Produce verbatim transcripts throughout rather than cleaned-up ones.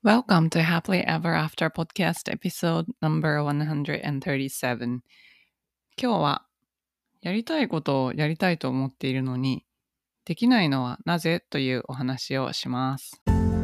Welcome to Happily Ever After Podcast Episode ナンバーワンサーティーセブン。今日はやりたいことをやりたいと思っているのにできないのはなぜというお話をします。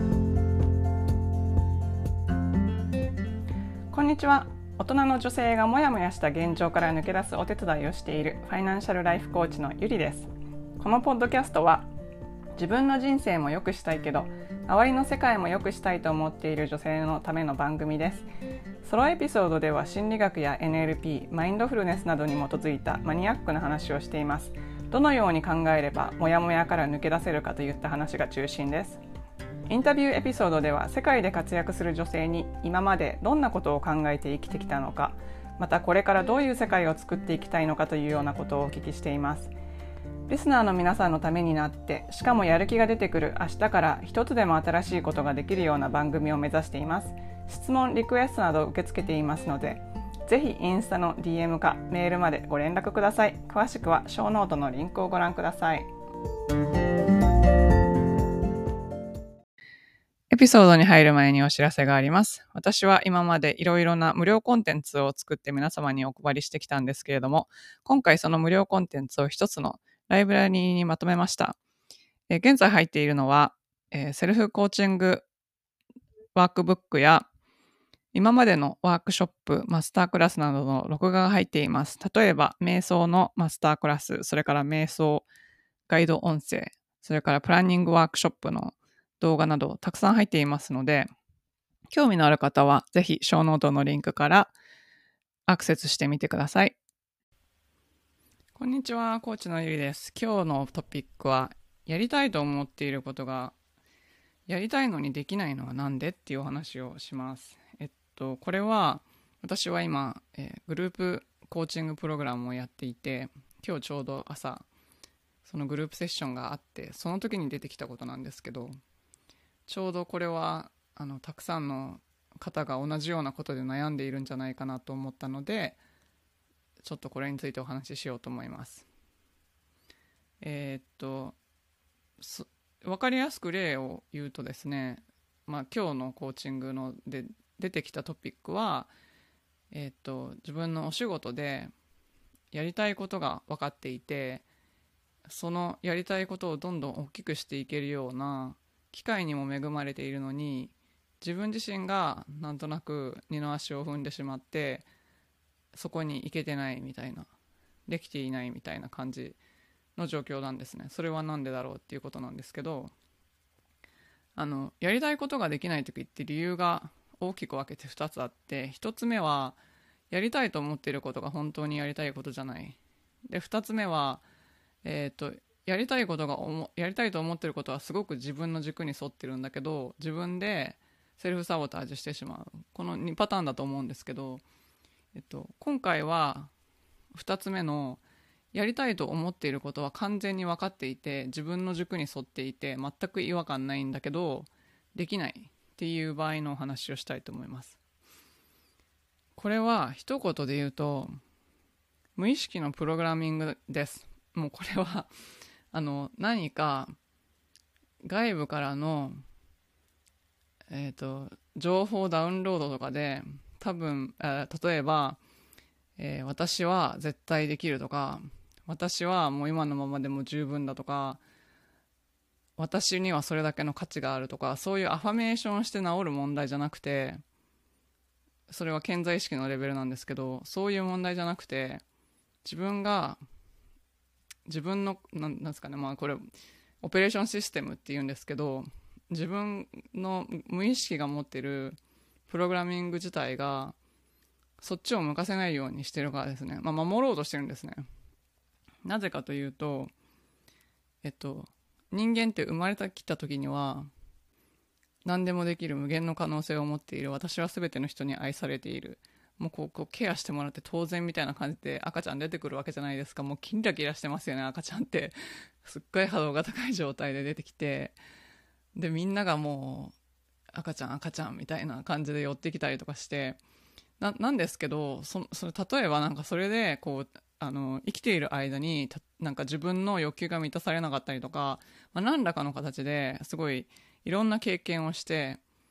こんにちは。大人の女性がモヤモヤした現状から抜け出すお手伝いをしているファイナンシャルライフコーチのゆりです。このポッドキャストは自分の人生も良くしたいけど周りの世界も良くしたいと思っている女性のための番組です。ソロエピソードでは心理学や エヌエルピー、マインドフルネスなどに基づいたマニアックな話をしています。どのように考えればモヤモヤから抜け出せるかといった話が中心です。インタビューエピソードでは世界で活躍する女性に今までどんなことを考えて生きてきたのか、またこれからどういう世界を作っていきたいのかというようなことをお聞きしています。リスナーの皆さんのためになって、しかもやる気が出てくる明日から一つでも新しいことができるような番組を目指しています。質問、リクエストなど受け付けていますので、ぜひインスタの ディーエム かメールまでご連絡ください。詳しくはショーノートのリンクをご覧ください。エピソードに入る前にお知らせがあります。私は今までいろいろな無料コンテンツを作って皆様にお配りしてきたんですけれども、今回その無料コンテンツを一つのライブラリにまとめました。えー、現在入っているのは、えー、セルフコーチングワークブックや今までのワークショップ、マスタークラスなどの録画が入っています。例えば瞑想のマスタークラス、それから瞑想ガイド音声、それからプランニングワークショップの動画などたくさん入っていますので、興味のある方はぜひショーノートのリンクからアクセスしてみてください。こんにちは、コーチのゆりです。今日のトピックは、やりたいと思っていることがやりたいのにできないのはなんでっていうお話をします。えっとこれは私は今、えー、グループコーチングプログラムをやっていて、今日ちょうど朝そのグループセッションがあって、その時に出てきたことなんですけど、ちょうどこれはあのたくさんの方が同じようなことで悩んでいるんじゃないかなと思ったので、ちょっとこれについてお話ししようと思います。えー、っと分かりやすく例を言うとですね、まあ、今日のコーチングので出てきたトピックは、えー、っと自分のお仕事でやりたいことが分かっていて、そのやりたいことをどんどん大きくしていけるような機会にも恵まれているのに、自分自身がなんとなく二の足を踏んでしまってそこに行けてないみたいな、できていないみたいな感じの状況なんですね。それはなんでだろうっていうことなんですけど、あのやりたいことができないときって理由が大きく分けてふたつあって、ひとつめはやりたいと思っていることが本当にやりたいことじゃない。でふたつめは、えー、とやりたいことがやりたいと思っていることはすごく自分の軸に沿ってるんだけど、自分でセルフサボタージュしてしまう。このにパターンだと思うんですけど、えっと、今回はふたつめのやりたいと思っていることは完全に分かっていて、自分の軸に沿っていて全く違和感ないんだけどできないっていう場合のお話をしたいと思います。これは一言で言うと無意識のプログラミングです。もうこれはあの何か外部からの、えーと、情報ダウンロードとかで多分、えー、例えば、えー、私は絶対できるとか、私はもう今のままでも十分だとか、私にはそれだけの価値があるとか、そういうアファメーションをして治る問題じゃなくて、それは潜在意識のレベルなんですけど、そういう問題じゃなくて、自分が自分のなんなんですかね、まあこれオペレーションシステムっていうんですけど、自分の無意識が持っているプログラミング自体がそっちを向かせないようにしてるからですね、まあ、守ろうとしてるんですね。なぜかというと、えっと人間って生まれてきた時には何でもできる無限の可能性を持っている、私は全ての人に愛されている、もうこうこうケアしてもらって当然みたいな感じで赤ちゃん出てくるわけじゃないですか。もうキラキラしてますよね、赤ちゃんって。すっごい波動が高い状態で出てきて、でみんながもう赤ちゃん赤ちゃんみたいな感じで寄ってきたりとかして、 な, なんですけど、そそれ例えばなんかそれでこうあの生きている間になんか自分の欲求が満たされなかったりとか、まあ、何らかの形ですごいいろんな経験をして、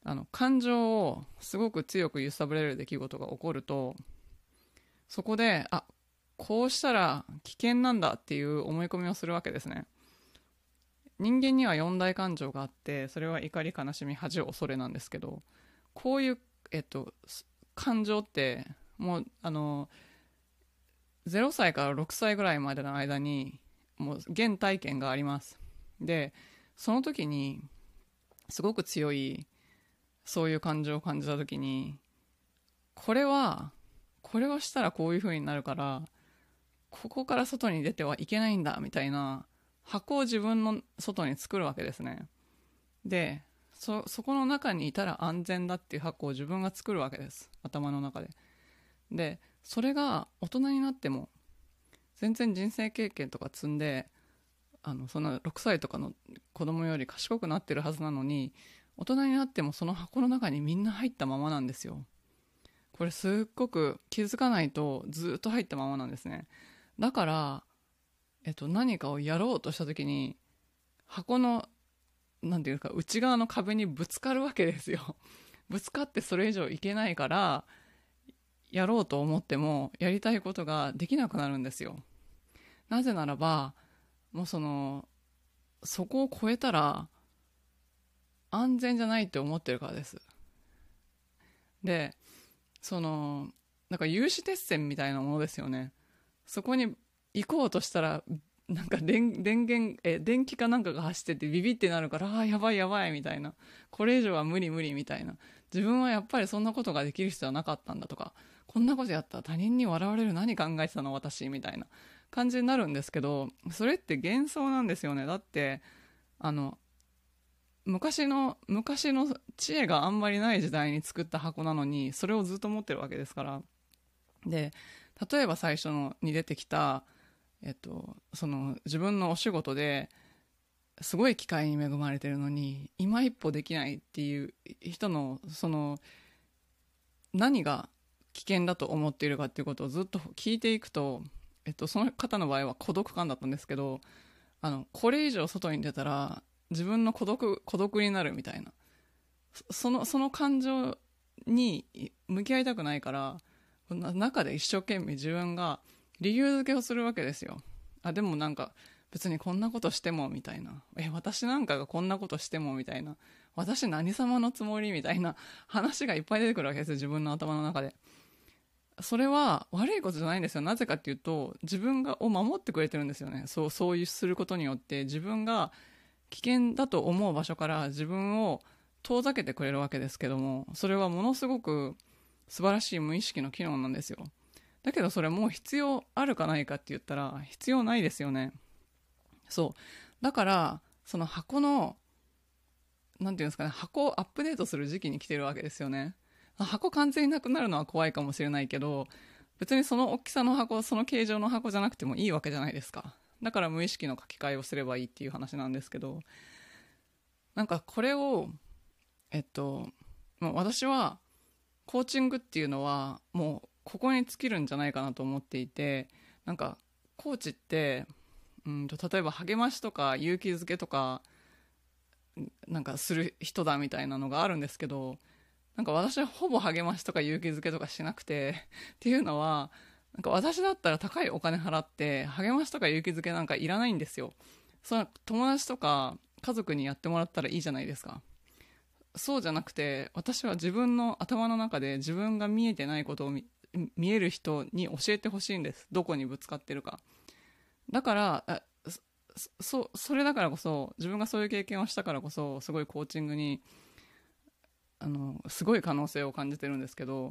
あの感情をすごく強く揺さぶれる出来事が起こると、そこであこうしたら危険なんだっていう思い込みをするわけですね。人間には四大感情があって、それは怒り、悲しみ、恥、恐れなんですけど、こういう、えっと、感情ってもうあのゼロさいからろくさいぐらいまでの間にもう原体験があります。でその時にすごく強いそういう感情を感じた時に、これはこれをしたらこういう風になるから、ここから外に出てはいけないんだみたいな箱を自分の外に作るわけですね。で そ, そこの中にいたら安全だっていう箱を自分が作るわけです、頭の中で。でそれが大人になっても全然人生経験とか積んで、あのそんなろくさいとかの子供より賢くなってるはずなのに、大人になってもその箱の中にみんな入ったままなんですよ。これすっごく気づかないとずっと入ったままなんですね。だから、えっと、何かをやろうとした時に箱のなんていうか内側の壁にぶつかるわけですよ。ぶつかってそれ以上いけないから、やろうと思ってもやりたいことができなくなるんですよ。なぜならばもうそのそこを超えたら安全じゃないって思ってるからです。でそのなんか有刺鉄線みたいなものですよね。そこに行こうとしたらなんか 電, 電源え電気かなんかが走っててビビってなるから、ああやばいやばいみたいな、これ以上は無理無理みたいな、自分はやっぱりそんなことができる必要はなかったんだとか、こんなことやったら他人に笑われる、何考えてたの私みたいな感じになるんですけど、それって幻想なんですよね。だってあの昔の昔の知恵があんまりない時代に作った箱なのに、それをずっと持ってるわけですから。で例えば最初のに出てきた、えっと、その自分のお仕事ですごい機会に恵まれてるのに今一歩できないっていう人のその何が危険だと思っているかっていうことをずっと聞いていくと、えっと、その方の場合は孤独感だったんですけど、あのこれ以上外に出たら自分の孤独孤独になるみたいな、そのその感情に向き合いたくないから、中で一生懸命自分が理由付けをするわけですよ。あでもなんか別にこんなことしてもみたいな、え私なんかがこんなことしてもみたいな、私何様のつもりみたいな話がいっぱい出てくるわけですよ、自分の頭の中で。それは悪いことじゃないんですよ。なぜかっていうと自分がを守ってくれてるんですよね。そうそういうすることによって自分が危険だと思う場所から自分を遠ざけてくれるわけですけども、それはものすごく素晴らしい無意識の機能なんですよ。だけどそれもう必要あるかないかって言ったら必要ないですよね。そうだからその箱のなんていうんですかね、箱をアップデートする時期に来てるわけですよね。箱完全になくなるのは怖いかもしれないけど、別にその大きさの箱、その形状の箱じゃなくてもいいわけじゃないですか。だから無意識の書き換えをすればいいっていう話なんですけど、なんかこれをえっともう私はコーチングっていうのはもうここに尽きるんじゃないかなと思っていて、なんかコーチってうんと例えば励ましとか勇気づけとかなんかする人だみたいなのがあるんですけど、なんか私はほぼ励ましとか勇気づけとかしなくてっていうのはなんか私だったら高いお金払って励ましとか勇気づけなんかいらないんですよ。その友達とか家族にやってもらったらいいじゃないですか。そうじゃなくて私は自分の頭の中で自分が見えてないことを 見, 見える人に教えてほしいんです。どこにぶつかってるか。だからそ, それだからこそ自分がそういう経験をしたからこそすごいコーチングにあのすごい可能性を感じてるんですけど、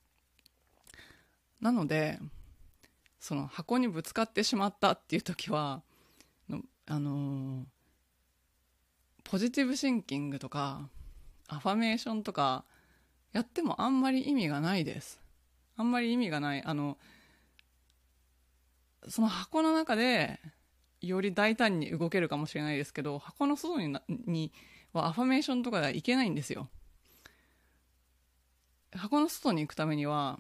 なのでその箱にぶつかってしまったっていう時はあのポジティブシンキングとかアファメーションとかやってもあんまり意味がないです。あんまり意味がない。あのその箱の中でより大胆に動けるかもしれないですけど、箱の外 に, にはアファメーションとかではいけないんですよ。箱の外に行くためには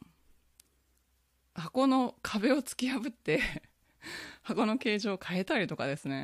箱の壁を突き破って箱の形状を変えたりとかですね、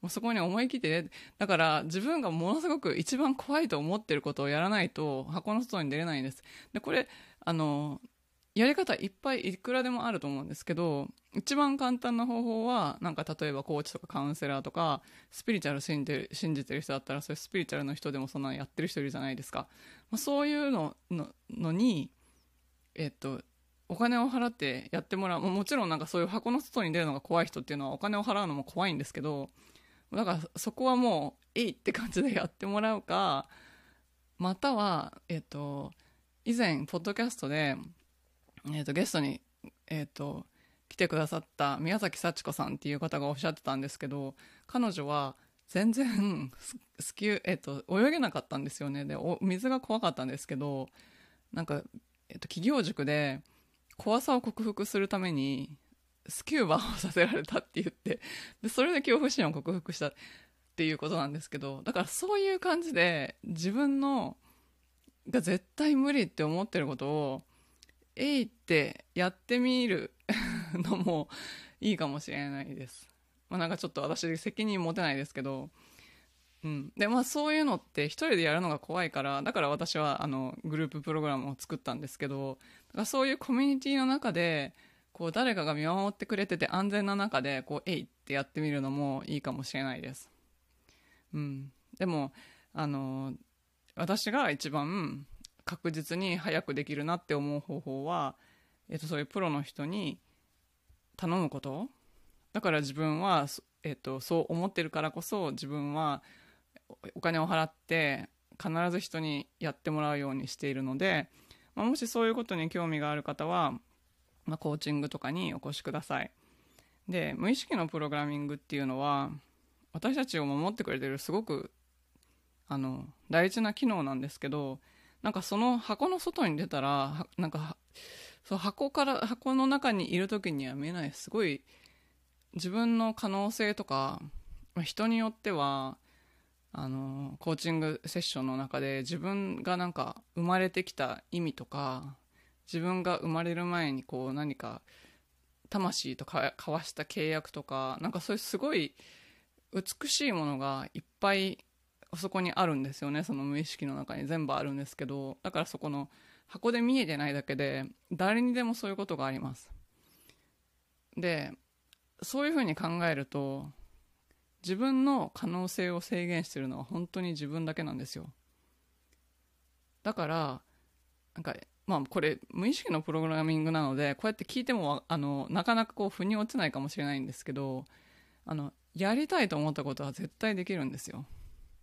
もうそこに思い切ってね、だから自分がものすごく一番怖いと思ってることをやらないと箱の外に出れないんです。で、これ、あの、やり方いっぱいいくらでもあると思うんですけど、一番簡単な方法は、なんか例えばコーチとかカウンセラーとか、スピリチュアル信じてる信じてる人だったら、そういうスピリチュアルの人でもそんなのやってる人いるじゃないですか。まあ、そういうのののに、えっと、お金を払ってやってもらう。ももちろんなんかそういう箱の外に出るのが怖い人っていうのはお金を払うのも怖いんですけど、だからそこはもう、えいって感じでやってもらうか、または、えっと、以前、ポッドキャストで、えっと、ゲストに、えっと、来てくださった宮崎幸子さんっていう方がおっしゃってたんですけど、彼女は全然スキュ、えっと、泳げなかったんですよね。で、お水が怖かったんですけど、なんか、えっと、企業塾で怖さを克服するためにスキューバをさせられたって言って、で、それで恐怖心を克服したっていうことなんですけど、だからそういう感じで自分のが絶対無理って思ってることをえいってやってみるのもいいかもしれないです。まあ、なんかちょっと私責任持てないですけど、うん、でまあそういうのって一人でやるのが怖いから、だから私はあのグループプログラムを作ったんですけど、だからそういうコミュニティの中でこう誰かが見守ってくれてて安全な中でこうえいってやってみるのもいいかもしれないです。うん、でもあの私が一番確実に早くできるなって思う方法は、えっと、そういうプロの人に頼むこと。だから自分は、えっと、そう思ってるからこそ自分はお金を払って必ず人にやってもらうようにしているので、まあ、もしそういうことに興味がある方は、まあ、コーチングとかにお越しください。で、無意識のプログラミングっていうのは私たちを守ってくれてるすごくあの大事な機能なんですけど、なんかその箱の外に出たらなんかそう箱から箱の中にいる時には見えないすごい自分の可能性とか、人によってはあのコーチングセッションの中で自分がなんか生まれてきた意味とか、自分が生まれる前にこう何か魂とか交わした契約とか、なんかそういうすごい美しいものがいっぱいそこにあるんですよね。その無意識の中に全部あるんですけど、だからそこの箱で見えてないだけで誰にでもそういうことがあります。で、そういうふうに考えると自分の可能性を制限しているのは本当に自分だけなんですよ。だからなんかまあこれ無意識のプログラミングなのでこうやって聞いてもあのなかなかこう腑に落ちないかもしれないんですけど、あのやりたいと思ったことは絶対できるんですよ。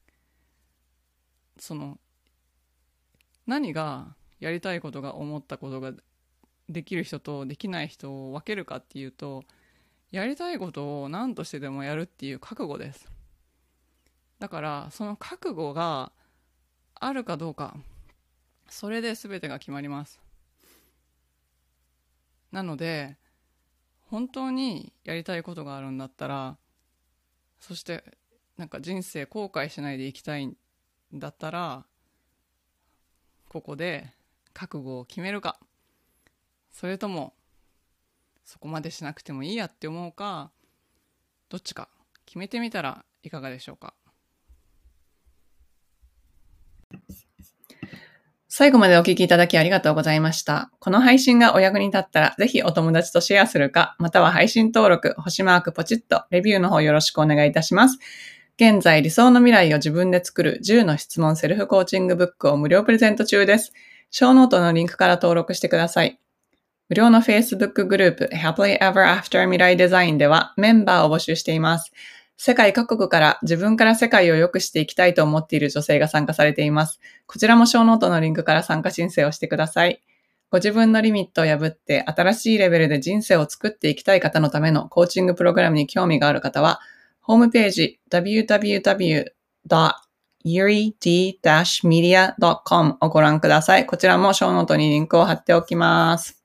その何がやりたいことが思ったことができる人とできない人を分けるかっていうと、やりたいことを何としてでもやるっていう覚悟です。だからその覚悟があるかどうか、それで全てが決まります。なので本当にやりたいことがあるんだったら、そしてなんか人生後悔しないでいきたいんだったら、ここで覚悟を決めるか、それともそこまでしなくてもいいやって思うか、どっちか決めてみたらいかがでしょうか。最後までお聞きいただきありがとうございました。この配信がお役に立ったら、ぜひお友達とシェアするか、または配信登録、星マークポチッと、レビューの方よろしくお願いいたします。現在、理想の未来を自分で作るじゅうの質問セルフコーチングブックを無料プレゼント中です。ショーノートのリンクから登録してください。無料の Facebook グループ Happily Ever After 未来デザインではメンバーを募集しています。世界各国から自分から世界を良くしていきたいと思っている女性が参加されています。こちらもショーノートのリンクから参加申請をしてください。ご自分のリミットを破って新しいレベルで人生を作っていきたい方のためのコーチングプログラムに興味がある方は、ホームページ ダブリューダブリューダブリュードットユリディーメディアドットコム をご覧ください。こちらもショーノートにリンクを貼っておきます。